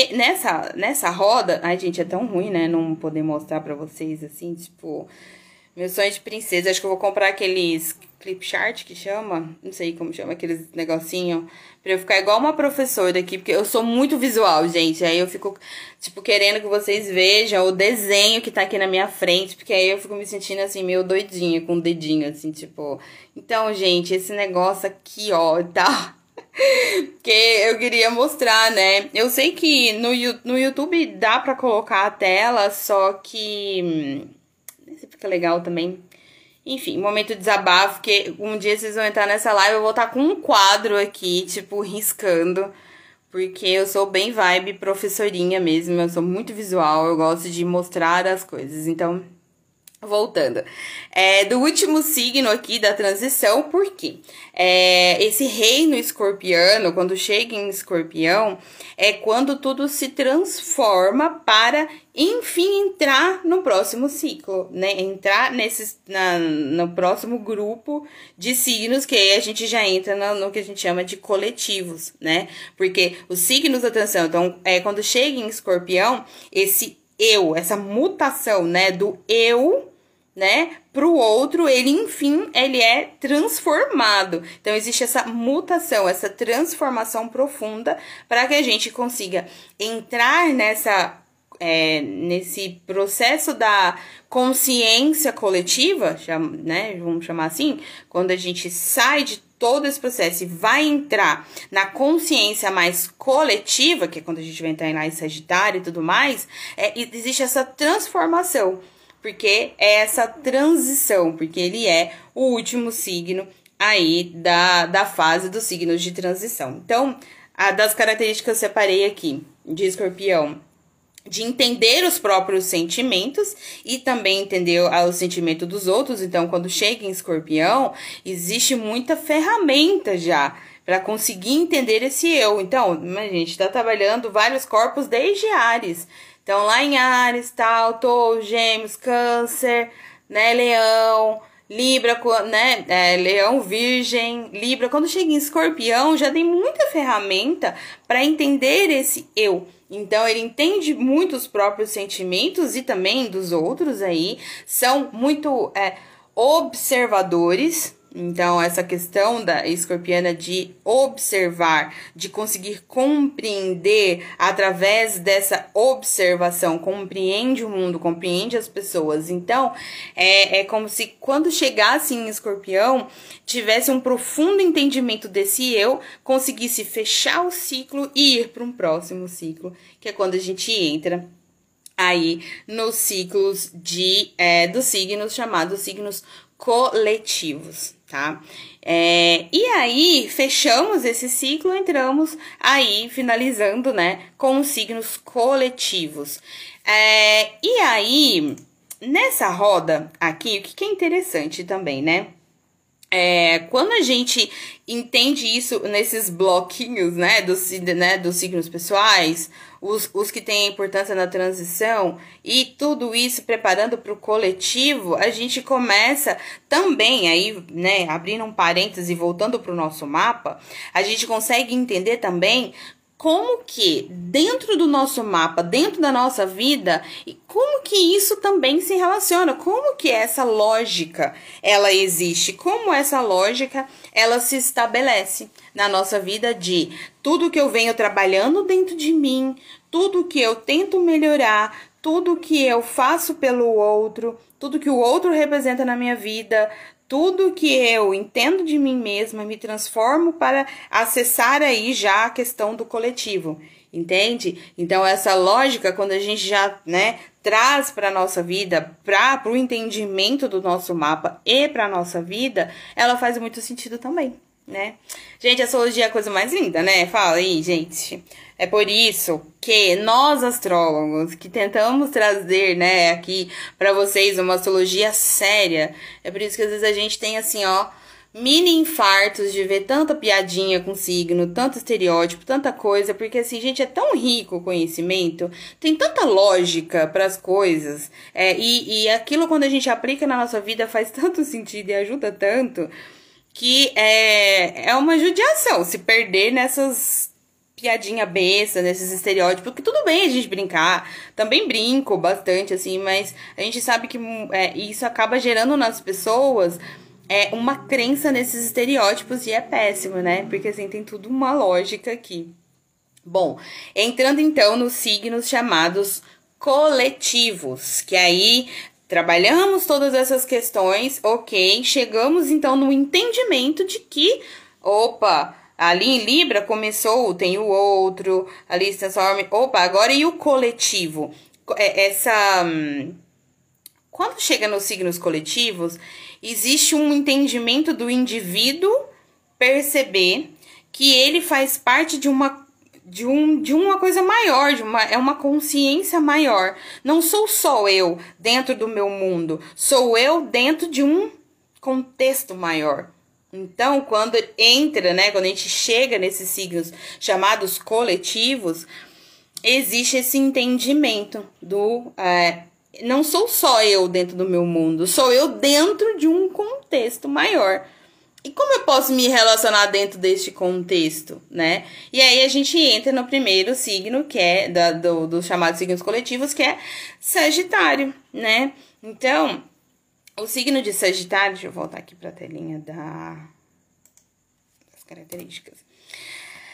nessa roda... Ai, gente, é tão ruim, né? Não poder mostrar pra vocês, assim, tipo... Meu sonho de princesa, acho que eu vou comprar aqueles clip chart que chama, não sei como chama, aqueles negocinho, pra eu ficar igual uma professora aqui, porque eu sou muito visual, gente, aí eu fico, tipo, querendo que vocês vejam o desenho que tá aqui na minha frente, porque aí eu fico me sentindo, assim, meio doidinha, com o dedinho, assim, tipo... Então, gente, esse negócio aqui, ó, tá... que eu queria mostrar, né? Eu sei que no YouTube dá pra colocar a tela, só que... fica legal também. Enfim, momento de desabafo, porque um dia vocês vão entrar nessa live, eu vou estar com um quadro aqui, tipo, riscando, porque eu sou bem vibe professorinha mesmo, eu sou muito visual, eu gosto de mostrar as coisas, então... Voltando, do último signo aqui da transição, por quê? Esse reino escorpiano, quando chega em Escorpião, é quando tudo se transforma para, enfim, entrar no próximo ciclo, né? Entrar no próximo grupo de signos, que aí a gente já entra no que a gente chama de coletivos, né? Porque os signos da transição, então, quando chega em Escorpião, essa mutação, né, do eu, né, pro outro, enfim, ele é transformado. Então, existe essa mutação, essa transformação profunda para que a gente consiga entrar nesse processo da consciência coletiva, né, vamos chamar assim, quando a gente sai de todo esse processo e vai entrar na consciência mais coletiva, que é quando a gente vai entrar lá em Sagitário e tudo mais, existe essa transformação, porque é essa transição, porque ele é o último signo aí da fase dos signos de transição. Então, das características que eu separei aqui de Escorpião, de entender os próprios sentimentos e também entender o sentimento dos outros. Então, quando chega em Escorpião, existe muita ferramenta já para conseguir entender esse eu. Então, a gente tá trabalhando vários corpos desde Áries. Então, lá em Áries, tal, Touro, Gêmeos, Câncer, né, Leão, Libra, né, Leão, Virgem, Libra. Quando chega em Escorpião, já tem muita ferramenta para entender esse eu. Então, ele entende muito os próprios sentimentos e também dos outros aí. São muito observadores. Então, essa questão da escorpiana de observar, de conseguir compreender através dessa observação, compreende o mundo, compreende as pessoas. Então, é como se quando chegasse em Escorpião, tivesse um profundo entendimento desse eu, conseguisse fechar o ciclo e ir para um próximo ciclo, que é quando a gente entra aí nos ciclos dos signos chamados signos coletivos, tá? E aí, fechamos esse ciclo, entramos aí, finalizando, né, com os signos coletivos. E aí, nessa roda aqui, o que é interessante também, né? Quando a gente entende isso nesses bloquinhos, né, dos signos pessoais, os que têm importância na transição e tudo isso preparando para o coletivo, a gente começa também aí, né, abrindo um parêntese e voltando para o nosso mapa, a gente consegue entender também como que dentro do nosso mapa, dentro da nossa vida, e como que isso também se relaciona, como que essa lógica ela existe, como essa lógica ela se estabelece na nossa vida de tudo que eu venho trabalhando dentro de mim, tudo que eu tento melhorar, tudo que eu faço pelo outro, tudo que o outro representa na minha vida, tudo que eu entendo de mim mesma, me transformo para acessar aí já a questão do coletivo, entende? Então, essa lógica, quando a gente já, né, traz para a nossa vida, para o entendimento do nosso mapa e para a nossa vida, ela faz muito sentido também, né? Gente, a astrologia é a coisa mais linda, né? Fala aí, gente. É por isso que nós, astrólogos, que tentamos trazer, né, aqui para vocês uma astrologia séria, é por isso que às vezes a gente tem assim, ó, mini infartos de ver tanta piadinha com signo, tanto estereótipo, tanta coisa, porque assim, gente, é tão rico o conhecimento, tem tanta lógica para as coisas, e aquilo quando a gente aplica na nossa vida faz tanto sentido e ajuda tanto, que é uma judiação se perder nessas piadinha besta, nesses estereótipos, que tudo bem a gente brincar, também brinco bastante, assim, mas a gente sabe que isso acaba gerando nas pessoas uma crença nesses estereótipos e é péssimo, né? Porque, assim, tem tudo uma lógica aqui. Bom, entrando então nos signos chamados coletivos, que aí trabalhamos todas essas questões, ok, chegamos então no entendimento de que, opa, ali em Libra começou, tem o outro, ali se transforma, opa, agora e o coletivo? Quando chega nos signos coletivos, existe um entendimento do indivíduo perceber que ele faz parte de uma coisa maior, é uma consciência maior. Não sou só eu dentro do meu mundo, sou eu dentro de um contexto maior. Então, quando entra, né, quando a gente chega nesses signos chamados coletivos, existe esse entendimento do não sou só eu dentro do meu mundo, sou eu dentro de um contexto maior. E como eu posso me relacionar dentro deste contexto, né? E aí a gente entra no primeiro signo, que é dos chamados signos coletivos, que é Sagitário, né? Então, o signo de Sagitário, deixa eu voltar aqui para a telinha das características.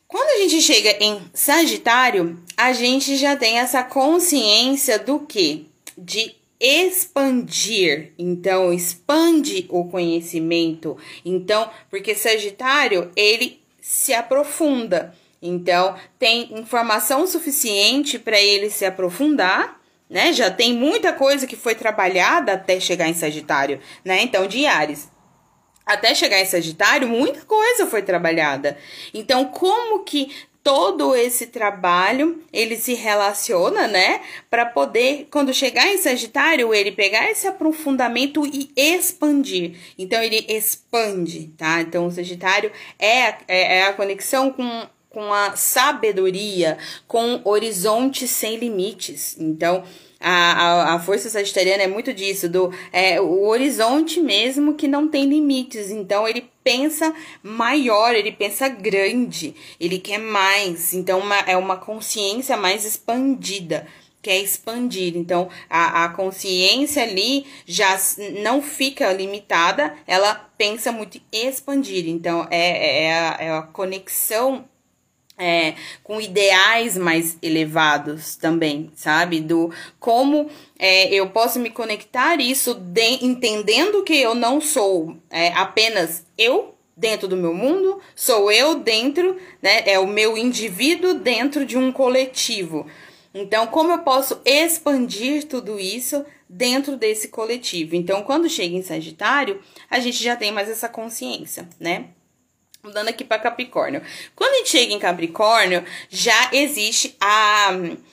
Quando a gente chega em Sagitário, a gente já tem essa consciência do quê? De expandir. Então, expande o conhecimento. Então, porque Sagitário, ele se aprofunda. Então, tem informação suficiente para ele se aprofundar, né? Já tem muita coisa que foi trabalhada até chegar em Sagitário, né? Então, de Áries até chegar em Sagitário, muita coisa foi trabalhada. Então, como que todo esse trabalho, ele se relaciona, né? Para poder, quando chegar em Sagitário, ele pegar esse aprofundamento e expandir. Então, ele expande, tá? Então, o Sagitário é a conexão com a sabedoria, com horizontes sem limites. Então, a força sagitariana é muito disso, o horizonte mesmo que não tem limites. Então, ele pensa maior, ele pensa grande, ele quer mais. Então, é uma consciência mais expandida, quer expandir. Então, a consciência ali já não fica limitada, ela pensa muito em expandir. Então, é a conexão com ideais mais elevados também, sabe? Do como eu posso me conectar isso entendendo que eu não sou apenas eu dentro do meu mundo, sou eu dentro, né? É o meu indivíduo dentro de um coletivo. Então, como eu posso expandir tudo isso dentro desse coletivo? Então, quando chega em Sagitário, a gente já tem mais essa consciência, né? Mudando aqui para Capricórnio. Quando a gente chega em Capricórnio, já existe a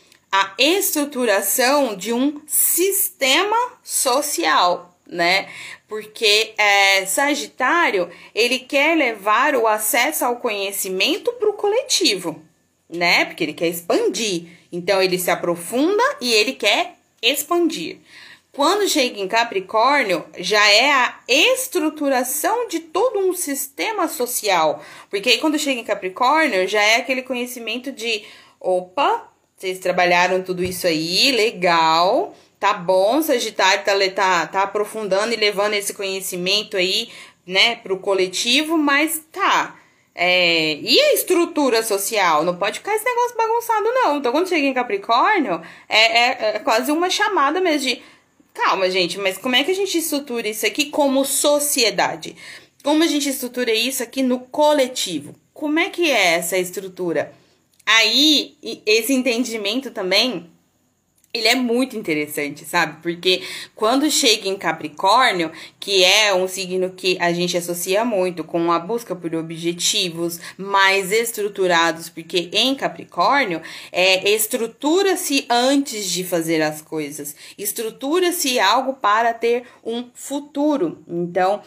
estruturação de um sistema social, né? Porque Sagitário, ele quer levar o acesso ao conhecimento para o coletivo, né? Porque ele quer expandir. Então, ele se aprofunda e ele quer expandir. Quando chega em Capricórnio, já é a estruturação de todo um sistema social. Porque aí quando chega em Capricórnio, já é aquele conhecimento de, opa, vocês trabalharam tudo isso aí, legal, tá bom, Sagitário tá aprofundando e levando esse conhecimento aí, né, pro coletivo, mas tá. E a estrutura social? Não pode ficar esse negócio bagunçado, não. Então, quando chega em Capricórnio, é quase uma chamada mesmo de... Calma, gente, mas como é que a gente estrutura isso aqui como sociedade? Como a gente estrutura isso aqui no coletivo? Como é que é essa estrutura? Aí, esse entendimento também, ele é muito interessante, sabe? Porque quando chega em Capricórnio, que é um signo que a gente associa muito com a busca por objetivos mais estruturados, porque em Capricórnio estrutura-se antes de fazer as coisas, estrutura-se algo para ter um futuro. Então,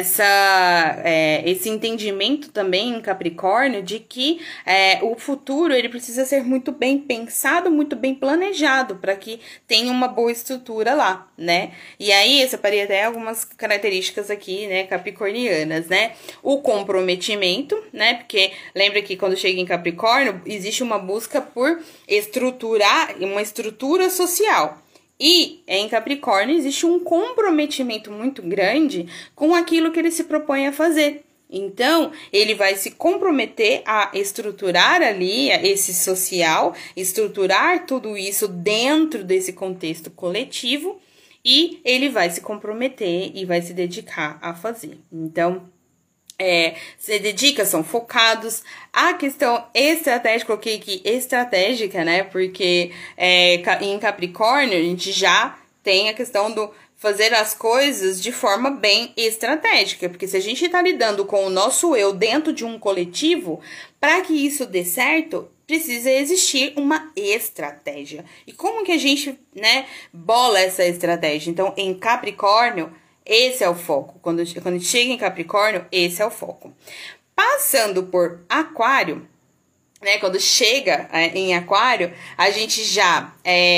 esse entendimento também em Capricórnio de que o futuro ele precisa ser muito bem pensado, muito bem planejado para que tenha uma boa estrutura lá, né? E aí eu separei até algumas características aqui, né, capricornianas, né? O comprometimento, né? Porque lembra que quando chega em Capricórnio existe uma busca por estruturar uma estrutura social. E em Capricórnio existe um comprometimento muito grande com aquilo que ele se propõe a fazer. Então, ele vai se comprometer a estruturar ali esse social, estruturar tudo isso dentro desse contexto coletivo e ele vai se comprometer e vai se dedicar a fazer. Então, se dedica, são focados. A questão estratégica, coloquei aqui estratégica, né? Porque em Capricórnio a gente já tem a questão do fazer as coisas de forma bem estratégica. Porque se a gente está lidando com o nosso eu dentro de um coletivo, para que isso dê certo, precisa existir uma estratégia. E como que a gente, né, bola essa estratégia? Então, em Capricórnio, esse é o foco. Quando a gente chega em Capricórnio, esse é o foco. Passando por Aquário, né? Quando chega em Aquário, a gente já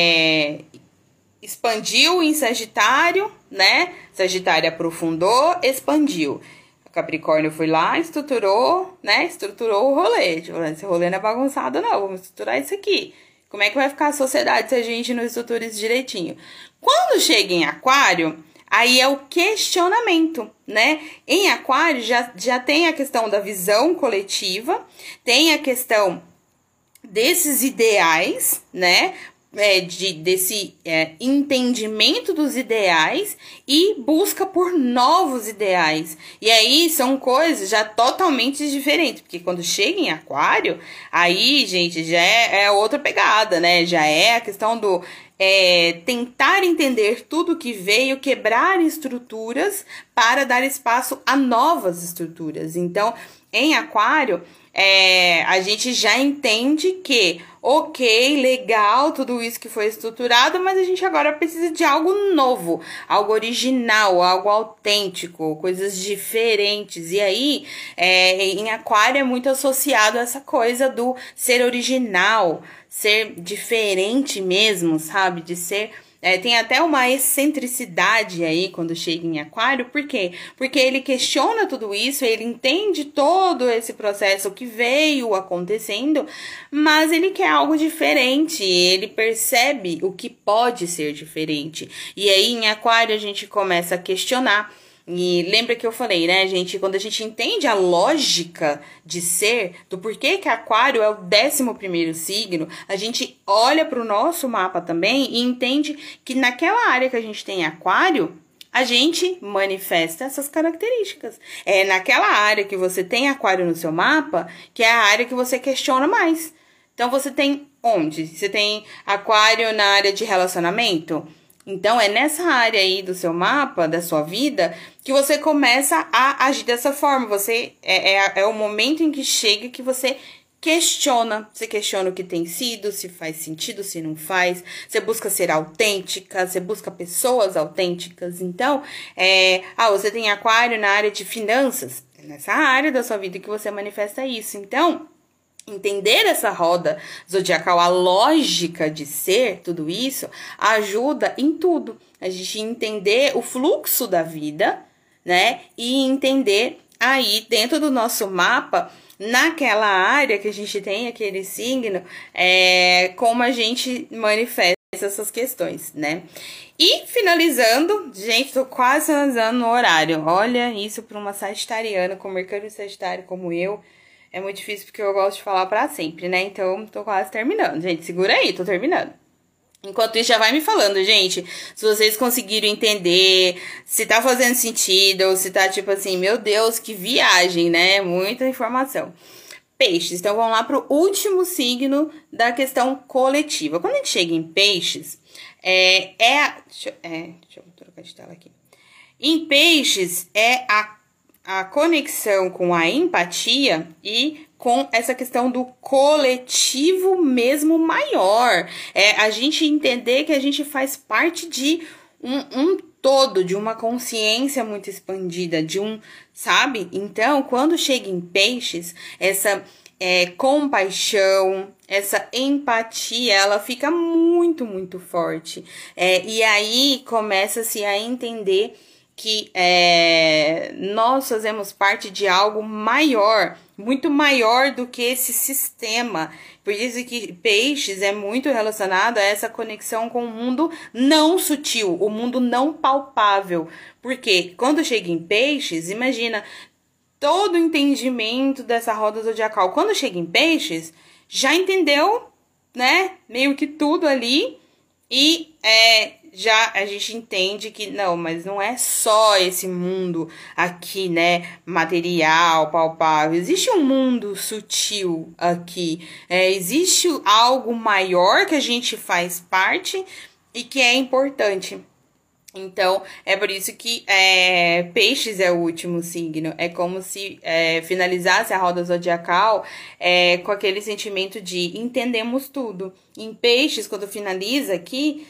expandiu em Sagitário, né? Sagitário aprofundou, expandiu. Capricórnio foi lá, estruturou, né? Estruturou o rolê. Tipo, esse rolê não é bagunçado, não. Vamos estruturar isso aqui. Como é que vai ficar a sociedade se a gente não estrutura isso direitinho? Quando chega em Aquário, aí é o questionamento, né? Em Aquário já tem a questão da visão coletiva, tem a questão desses ideais, né? Desse entendimento dos ideais e busca por novos ideais. E aí são coisas já totalmente diferentes, porque quando chega em Aquário, aí, gente, já é outra pegada, né? Já é a questão do tentar entender tudo que veio, quebrar estruturas para dar espaço a novas estruturas. Então, em Aquário, a gente já entende que, ok, legal, tudo isso que foi estruturado, mas a gente agora precisa de algo novo, algo original, algo autêntico, coisas diferentes. E aí, em Aquário é muito associado a essa coisa do ser original, ser diferente mesmo, sabe? De ser... tem até uma excentricidade aí quando chega em Aquário. Por quê? Porque ele questiona tudo isso, ele entende todo esse processo que veio acontecendo, mas ele quer algo diferente, ele percebe o que pode ser diferente. E aí em Aquário a gente começa a questionar. E lembra que eu falei, né, gente? Quando a gente entende a lógica de ser, do porquê que Aquário é o 11º signo, a gente olha para o nosso mapa também e entende que naquela área que a gente tem Aquário, a gente manifesta essas características. É naquela área que você tem Aquário no seu mapa, que é a área que você questiona mais. Então, você tem onde? Você tem Aquário na área de relacionamento? Então, é nessa área aí do seu mapa, da sua vida, que você começa a agir dessa forma. Você é o momento em que chega que você questiona. Você questiona o que tem sido, se faz sentido, se não faz. Você busca ser autêntica, você busca pessoas autênticas. Então, você tem Aquário na área de finanças. É nessa área da sua vida que você manifesta isso. Então, entender essa roda zodiacal, a lógica de ser, tudo isso, ajuda em tudo. A gente entender o fluxo da vida, né? E entender aí dentro do nosso mapa, naquela área que a gente tem, aquele signo, como a gente manifesta essas questões, né? E finalizando, gente, tô quase finalizando no horário. Olha isso para uma sagitariana com Mercúrio Sagitário como eu. É muito difícil porque eu gosto de falar pra sempre, né? Então, tô quase terminando. Gente, segura aí, tô terminando. Enquanto isso, já vai me falando, gente, se vocês conseguiram entender, se tá fazendo sentido, ou se tá tipo assim, meu Deus, que viagem, né? Muita informação. Peixes, então vamos lá pro último signo da questão coletiva. Quando a gente chega em peixes, deixa eu trocar de tela aqui. Em peixes, é a conexão com a empatia e com essa questão do coletivo mesmo maior. A gente entender que a gente faz parte de um todo, de uma consciência muito expandida, sabe? Então, quando chega em peixes, essa compaixão, essa empatia, ela fica muito, muito forte. E aí começa-se a entender que nós fazemos parte de algo maior, muito maior do que esse sistema. Por isso que peixes é muito relacionado a essa conexão com o mundo não sutil, o mundo não palpável. Porque quando chega em peixes, imagina todo o entendimento dessa roda zodiacal. Quando chega em peixes, já entendeu, né, meio que tudo ali. E já a gente entende que não, mas não é só esse mundo aqui, né, material, palpável. Existe um mundo sutil aqui. Existe algo maior que a gente faz parte e que é importante. Então, é por isso que peixes é o último signo. É como se finalizasse a roda zodiacal com aquele sentimento de entendemos tudo. Em peixes, quando finaliza aqui,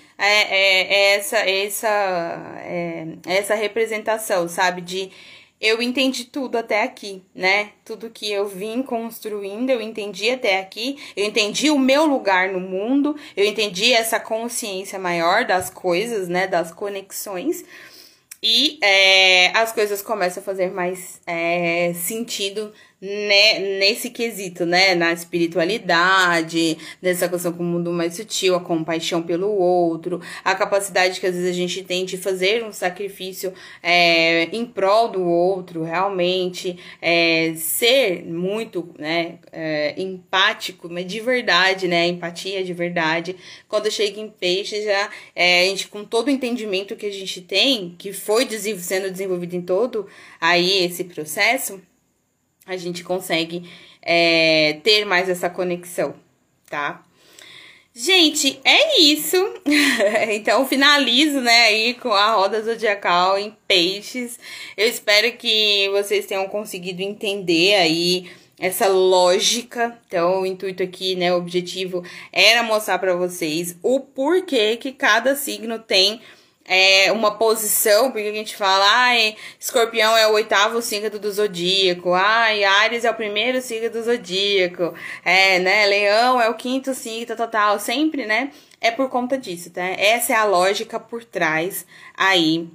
essa representação, sabe? De eu entendi tudo até aqui, né? Tudo que eu vim construindo, eu entendi até aqui. Eu entendi o meu lugar no mundo. Eu entendi essa consciência maior das coisas, né? Das conexões. E as coisas começam a fazer mais sentido né, nesse quesito, né, na espiritualidade, nessa questão com o mundo mais sutil, a compaixão pelo outro, a capacidade que às vezes a gente tem de fazer um sacrifício em prol do outro, realmente, ser muito, né, empático, mas de verdade, né, empatia de verdade. Quando chega em peixe, já a gente, com todo o entendimento que a gente tem, que foi sendo desenvolvido em todo aí esse processo, a gente consegue ter mais essa conexão, tá? Gente, é isso. Então, finalizo, né, aí com a roda zodiacal em peixes. Eu espero que vocês tenham conseguido entender aí essa lógica. Então, o intuito aqui, né, o objetivo era mostrar para vocês o porquê que cada signo tem uma posição, porque a gente fala, Escorpião é o 8º signo do zodíaco, Áries é o 1º signo do zodíaco, né, Leão é o 5º signo, tal, sempre, né, é por conta disso, tá? Essa é a lógica por trás aí,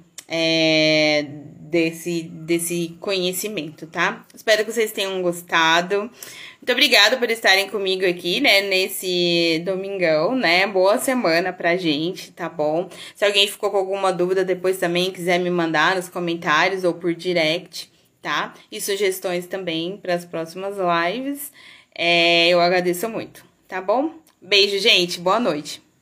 desse conhecimento, tá? Espero que vocês tenham gostado. Muito obrigada por estarem comigo aqui, né, nesse domingão, né? Boa semana pra gente, tá bom? Se alguém ficou com alguma dúvida depois também, quiser me mandar nos comentários ou por direct, tá? E sugestões também para as próximas lives, eu agradeço muito, tá bom? Beijo, gente. Boa noite.